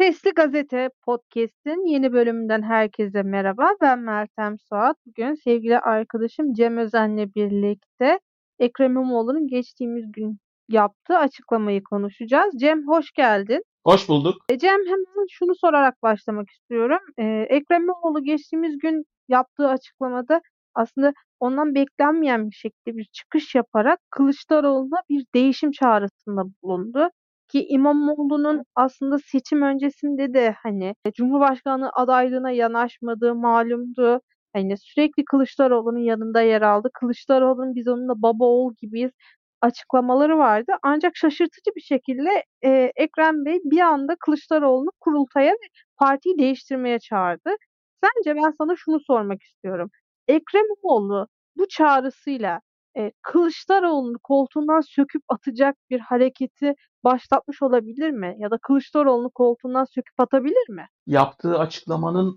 Sesli Gazete Podcast'in yeni bölümünden herkese merhaba. Ben Meltem Suat. Bugün sevgili arkadaşım Cem Özen'le birlikte Ekrem İmamoğlu'nun geçtiğimiz gün yaptığı açıklamayı konuşacağız. Cem hoş geldin. Hoş bulduk. Cem hemen şunu sorarak başlamak istiyorum. Ekrem İmamoğlu geçtiğimiz gün yaptığı açıklamada aslında ondan beklenmeyen bir şekilde bir çıkış yaparak Kılıçdaroğlu'na bir değişim çağrısında bulundu. Ki İmamoğlu'nun aslında seçim öncesinde de hani Cumhurbaşkanlığı adaylığına yanaşmadığı malumdu. Hani sürekli Kılıçdaroğlu'nun yanında yer aldı. Kılıçdaroğlu'nun biz onunla baba oğul gibiyiz açıklamaları vardı. Ancak şaşırtıcı bir şekilde Ekrem Bey bir anda Kılıçdaroğlu'nu kurultaya ve partiyi değiştirmeye çağırdı. Sence ben sana şunu sormak istiyorum. Ekrem İmamoğlu bu çağrısıyla Kılıçdaroğlu'nu koltuğundan söküp atacak bir hareketi başlatmış olabilir mi? Ya da Kılıçdaroğlu'nu koltuğundan söküp atabilir mi? Yaptığı açıklamanın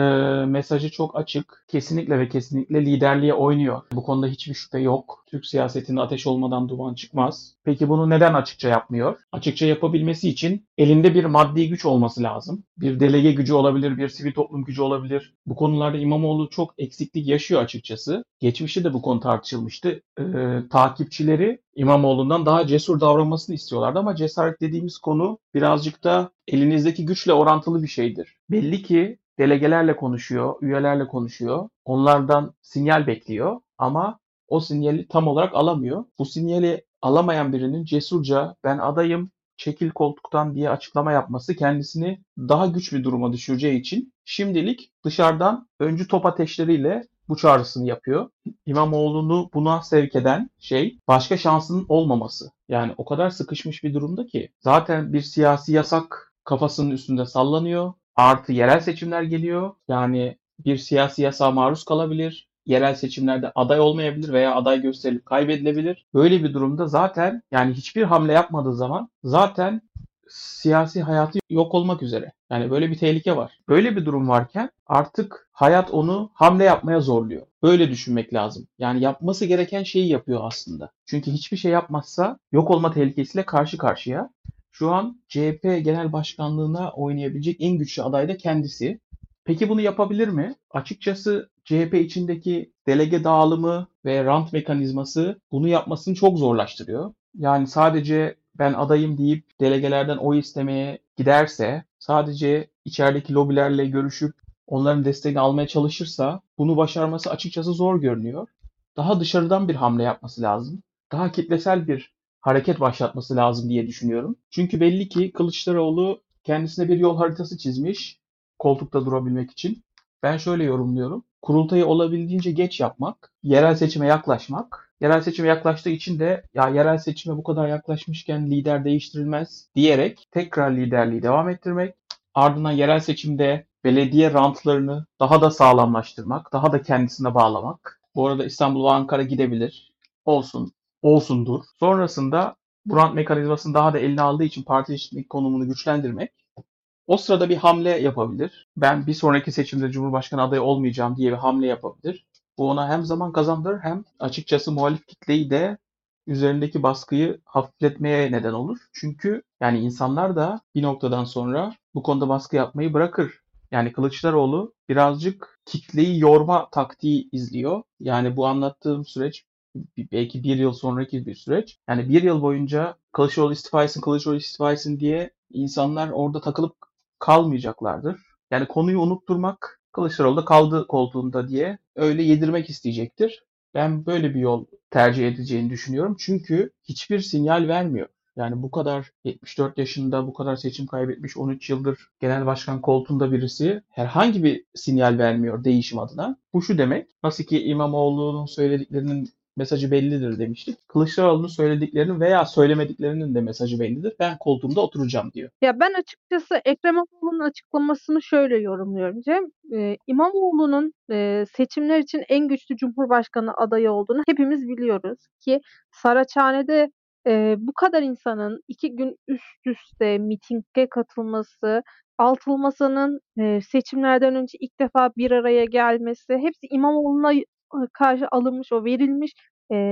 mesajı çok açık. Kesinlikle ve kesinlikle liderliğe oynuyor. Bu konuda hiçbir şüphe yok. Türk siyasetinde ateş olmadan duman çıkmaz. Peki bunu neden açıkça yapmıyor? Açıkça yapabilmesi için elinde bir maddi güç olması lazım. Bir delege gücü olabilir, bir sivil toplum gücü olabilir. Bu konularda İmamoğlu çok eksiklik yaşıyor açıkçası. Geçmişte de bu konu tartışılmıştı. Takipçileri İmamoğlu'ndan daha cesur davranmasını istiyorlardı ama cesaret dediğimiz konu birazcık da elinizdeki güçle orantılı bir şeydir. Belli ki delegelerle konuşuyor, üyelerle konuşuyor. Onlardan sinyal bekliyor ama o sinyali tam olarak alamıyor. Bu sinyali alamayan birinin cesurca ben adayım, çekil koltuktan diye açıklama yapması kendisini daha güç bir duruma düşüreceği için şimdilik dışarıdan öncü top ateşleriyle bu çağrısını yapıyor. İmamoğlu'nu buna sevk eden şey başka şansının olmaması. Yani o kadar sıkışmış bir durumda ki zaten bir siyasi yasak kafasının üstünde sallanıyor. Artı yerel seçimler geliyor. Yani bir siyasi yasağa maruz kalabilir. Yerel seçimlerde aday olmayabilir veya aday gösterilip kaybedilebilir. Böyle bir durumda zaten yani hiçbir hamle yapmadığı zaman zaten siyasi hayatı yok olmak üzere. Yani böyle bir tehlike var. Böyle bir durum varken artık hayat onu hamle yapmaya zorluyor. Böyle düşünmek lazım. Yani yapması gereken şeyi yapıyor aslında. Çünkü hiçbir şey yapmazsa yok olma tehlikesiyle karşı karşıya. Şu an CHP Genel Başkanlığına oynayabilecek en güçlü aday da kendisi. Peki bunu yapabilir mi? Açıkçası CHP içindeki delege dağılımı ve rant mekanizması bunu yapmasını çok zorlaştırıyor. Yani sadece ben adayım deyip delegelerden oy istemeye giderse, sadece içerideki lobilerle görüşüp onların desteğini almaya çalışırsa bunu başarması açıkçası zor görünüyor. Daha dışarıdan bir hamle yapması lazım. Daha kitlesel bir hareket başlatması lazım diye düşünüyorum. Çünkü belli ki Kılıçdaroğlu kendisine bir yol haritası çizmiş koltukta durabilmek için. Ben şöyle yorumluyorum. Kurultayı olabildiğince geç yapmak, yerel seçime yaklaşmak. Yerel seçime yaklaştığı için de ya yerel seçime bu kadar yaklaşmışken lider değiştirilmez diyerek tekrar liderliği devam ettirmek. Ardından yerel seçimde belediye rantlarını daha da sağlamlaştırmak, daha da kendisine bağlamak. Bu arada İstanbul ve Ankara gidebilir. Olsun, olsundur. Sonrasında bu rant mekanizmasını daha da eline aldığı için parti içindeki konumunu güçlendirmek. O sırada bir hamle yapabilir. Ben bir sonraki seçimde Cumhurbaşkanı adayı olmayacağım diye bir hamle yapabilir. Bu ona hem zaman kazandırır hem açıkçası muhalif kitleyi de üzerindeki baskıyı hafifletmeye neden olur. Çünkü yani insanlar da bir noktadan sonra bu konuda baskı yapmayı bırakır. Yani Kılıçdaroğlu birazcık kitleyi yorma taktiği izliyor. Yani bu anlattığım süreç belki bir yıl sonraki bir süreç. Yani bir yıl boyunca Kılıçdaroğlu istifa etsin, Kılıçdaroğlu istifa etsin diye insanlar orada takılıp kalmayacaklardır. Yani konuyu unutturmak, Kılıçdaroğlu da kaldı koltuğunda diye öyle yedirmek isteyecektir. Ben böyle bir yol tercih edeceğini düşünüyorum. Çünkü hiçbir sinyal vermiyor. Yani bu kadar 74 yaşında, bu kadar seçim kaybetmiş, 13 yıldır genel başkan koltuğunda birisi herhangi bir sinyal vermiyor değişim adına. Bu şu demek, nasıl ki İmamoğlu'nun söylediklerinin mesajı bellidir demiştik. Kılıçdaroğlu'nun söylediklerinin veya söylemediklerinin de mesajı bellidir. Ben koltuğumda oturacağım diyor. Ya ben açıkçası Ekrem İmamoğlu'nun açıklamasını şöyle yorumluyorum Cem. İmamoğlu'nun seçimler için en güçlü Cumhurbaşkanı adayı olduğunu hepimiz biliyoruz ki Saraçhane'de bu kadar insanın 2 gün üst üste mitinge katılması, Altılı Masa'nın seçimlerden önce ilk defa bir araya gelmesi, hepsi İmamoğlu'na karşı alınmış, o verilmiş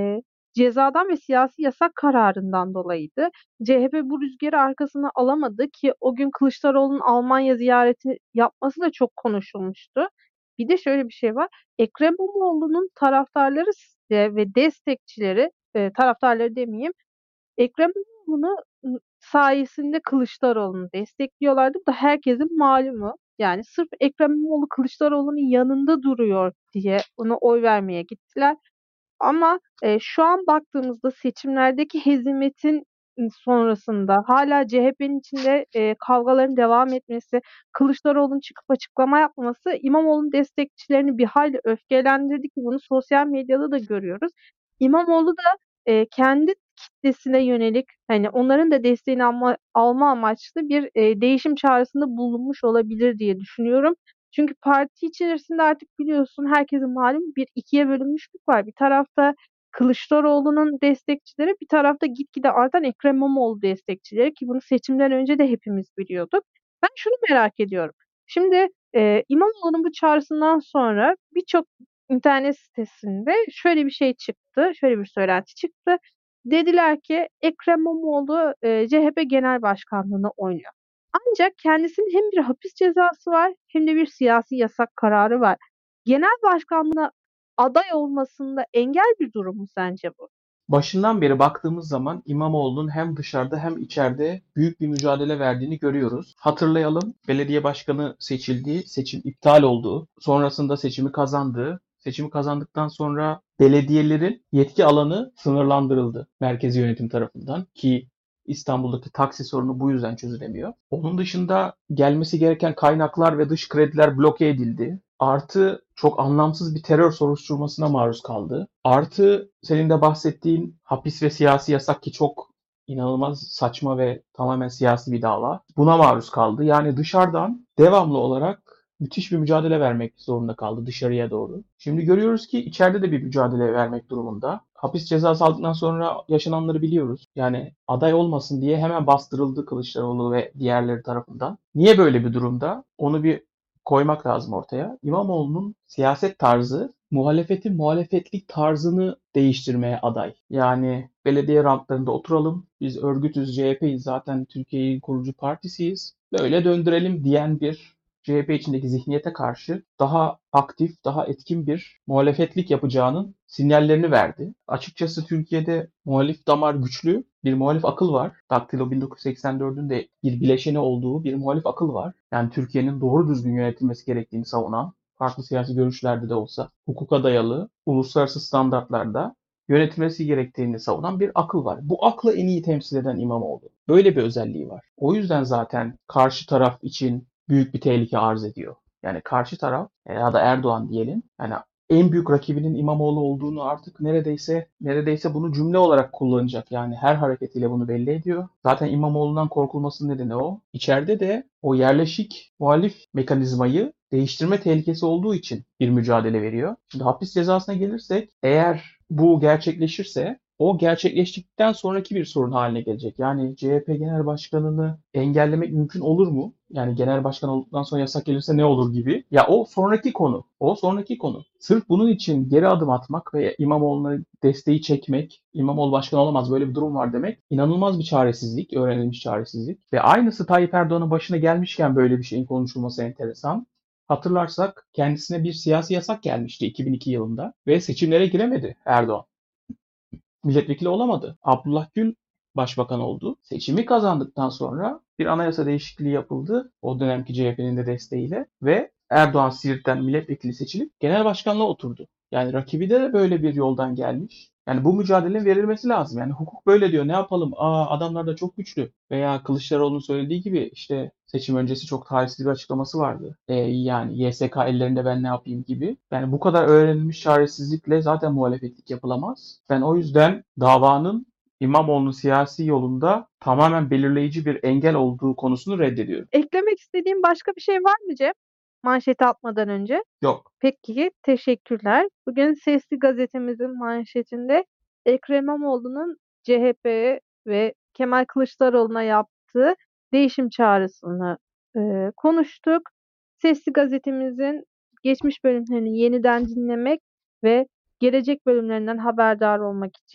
cezadan ve siyasi yasak kararından dolayıydı. CHP bu rüzgarı arkasına alamadı ki o gün Kılıçdaroğlu'nun Almanya ziyareti yapması da çok konuşulmuştu. Bir de şöyle bir şey var. Ekrem İmamoğlu'nun taraftarları ve destekçileri, taraftarları demeyeyim, Ekrem İmamoğlu sayesinde Kılıçdaroğlu'nu destekliyorlardı. Bu da herkesin malumu. Yani sırf Ekrem İmamoğlu Kılıçdaroğlu'nun yanında duruyor diye ona oy vermeye gittiler. Ama şu an baktığımızda seçimlerdeki hezimetin sonrasında hala CHP'nin içinde kavgaların devam etmesi, Kılıçdaroğlu'nun çıkıp açıklama yapması İmamoğlu'nun destekçilerini bir hayli öfkelendirdi ki bunu sosyal medyada da görüyoruz. İmamoğlu da kendi kitlesine yönelik hani onların da desteğini alma amaçlı bir değişim çağrısında bulunmuş olabilir diye düşünüyorum. Çünkü parti içerisinde artık biliyorsun herkesin malum bir ikiye bölünmüşlük var. Bir tarafta Kılıçdaroğlu'nun destekçileri, bir tarafta gitgide artan Ekrem İmamoğlu destekçileri ki bunu seçimden önce de hepimiz biliyorduk. Ben şunu merak ediyorum. Şimdi İmamoğlu'nun bu çağrısından sonra birçok internet sitesinde şöyle bir şey çıktı, şöyle bir söylenti çıktı. Dediler ki Ekrem İmamoğlu CHP Genel Başkanlığı'na oynuyor. Ancak kendisinin hem bir hapis cezası var hem de bir siyasi yasak kararı var. Genel başkanlığına aday olmasında engel bir durum mu sence bu? Başından beri baktığımız zaman İmamoğlu'nun hem dışarıda hem içeride büyük bir mücadele verdiğini görüyoruz. Hatırlayalım, belediye başkanı seçildi, seçim iptal oldu. Sonrasında seçimi kazandı. Seçimi kazandıktan sonra belediyelerin yetki alanı sınırlandırıldı merkezi yönetim tarafından ki İstanbul'daki taksi sorunu bu yüzden çözülemiyor. Onun dışında gelmesi gereken kaynaklar ve dış krediler bloke edildi. Artı çok anlamsız bir terör soruşturmasına maruz kaldı. Artı senin de bahsettiğin hapis ve siyasi yasak ki çok inanılmaz saçma ve tamamen siyasi bir dava. Buna maruz kaldı. Yani dışarıdan devamlı olarak müthiş bir mücadele vermek zorunda kaldı dışarıya doğru. Şimdi görüyoruz ki içeride de bir mücadele vermek durumunda. Hapis cezası aldıktan sonra yaşananları biliyoruz. Yani aday olmasın diye hemen bastırıldı Kılıçdaroğlu ve diğerleri tarafından. Niye böyle bir durumda? Onu bir koymak lazım ortaya. İmamoğlu'nun siyaset tarzı muhalefetin muhalefetlik tarzını değiştirmeye aday. Yani belediye rantlarında oturalım, biz örgütüz, CHP'yiz, zaten Türkiye'nin kurucu partisiyiz, böyle döndürelim diyen bir CHP içindeki zihniyete karşı daha aktif, daha etkin bir muhalefetlik yapacağının sinyallerini verdi. Açıkçası Türkiye'de muhalif damar güçlü bir muhalif akıl var. Daktilo 1984'ün de bir bileşeni olduğu bir muhalif akıl var. Yani Türkiye'nin doğru düzgün yönetilmesi gerektiğini savunan, farklı siyasi görüşlerde de olsa, hukuka dayalı, uluslararası standartlarda yönetilmesi gerektiğini savunan bir akıl var. Bu aklı en iyi temsil eden İmamoğlu. Böyle bir özelliği var. O yüzden zaten karşı taraf için büyük bir tehlike arz ediyor. Yani karşı taraf ya da Erdoğan diyelim. Yani en büyük rakibinin İmamoğlu olduğunu artık neredeyse bunu cümle olarak kullanacak. Yani her hareketiyle bunu belli ediyor. Zaten İmamoğlu'ndan korkulmasının nedeni o. İçeride de o yerleşik muhalif mekanizmayı değiştirme tehlikesi olduğu için bir mücadele veriyor. Şimdi hapis cezasına gelirsek, eğer bu gerçekleşirse o gerçekleştikten sonraki bir sorun haline gelecek. Yani CHP Genel Başkanı'nı engellemek mümkün olur mu? Yani genel başkan olduktan sonra yasak gelirse ne olur gibi. Ya o sonraki konu. O sonraki konu. Sırf bunun için geri adım atmak ve İmamoğlu'na desteği çekmek, İmamoğlu başkan olamaz böyle bir durum var demek inanılmaz bir çaresizlik, öğrenilmiş çaresizlik. Ve aynısı Tayyip Erdoğan'ın başına gelmişken böyle bir şeyin konuşulması enteresan. Hatırlarsak kendisine bir siyasi yasak gelmişti 2002 yılında ve seçimlere giremedi Erdoğan. Milletvekili olamadı. Abdullah Gül başbakan oldu. Seçimi kazandıktan sonra bir anayasa değişikliği yapıldı. O dönemki CHP'nin de desteğiyle ve Erdoğan Siirt'ten milletvekili seçilip genel başkanlığa oturdu. Yani rakibi de böyle bir yoldan gelmiş. Yani bu mücadelenin verilmesi lazım. Yani hukuk böyle diyor. Ne yapalım? Adamlar da çok güçlü. Veya Kılıçdaroğlu'nun söylediği gibi işte seçim öncesi çok talihsiz bir açıklaması vardı. Yani YSK ellerinde ben ne yapayım gibi. Yani bu kadar öğrenilmiş çaresizlikle zaten muhalefetlik yapılamaz. Ben o yüzden davanın İmamoğlu'nun siyasi yolunda tamamen belirleyici bir engel olduğu konusunu reddediyorum. Eklemek istediğim başka bir şey var mı Cem? Manşete atmadan önce. Yok. Peki, teşekkürler. Bugün Sesli Gazetemizin manşetinde Ekrem İmamoğlu'nun CHP'ye ve Kemal Kılıçdaroğlu'na yaptığı değişim çağrısını konuştuk. Sesli Gazetemizin geçmiş bölümlerini yeniden dinlemek ve gelecek bölümlerinden haberdar olmak için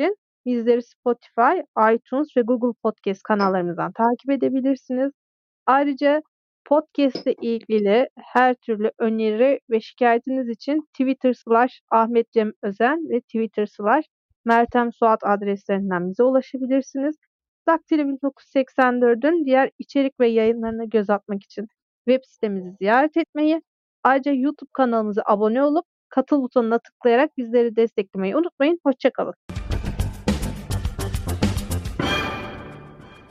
bizleri Spotify, iTunes ve Google Podcast kanallarımızdan takip edebilirsiniz. Ayrıca podcast ile ilgili her türlü öneri ve şikayetiniz için Twitter/Ahmet Cem Özen ve Twitter/Meltem Suat adreslerinden bize ulaşabilirsiniz. Daktilo 1984'ün diğer içerik ve yayınlarına göz atmak için web sitemizi ziyaret etmeyi, ayrıca YouTube kanalımıza abone olup katıl butonuna tıklayarak bizleri desteklemeyi unutmayın. Hoşça kalın.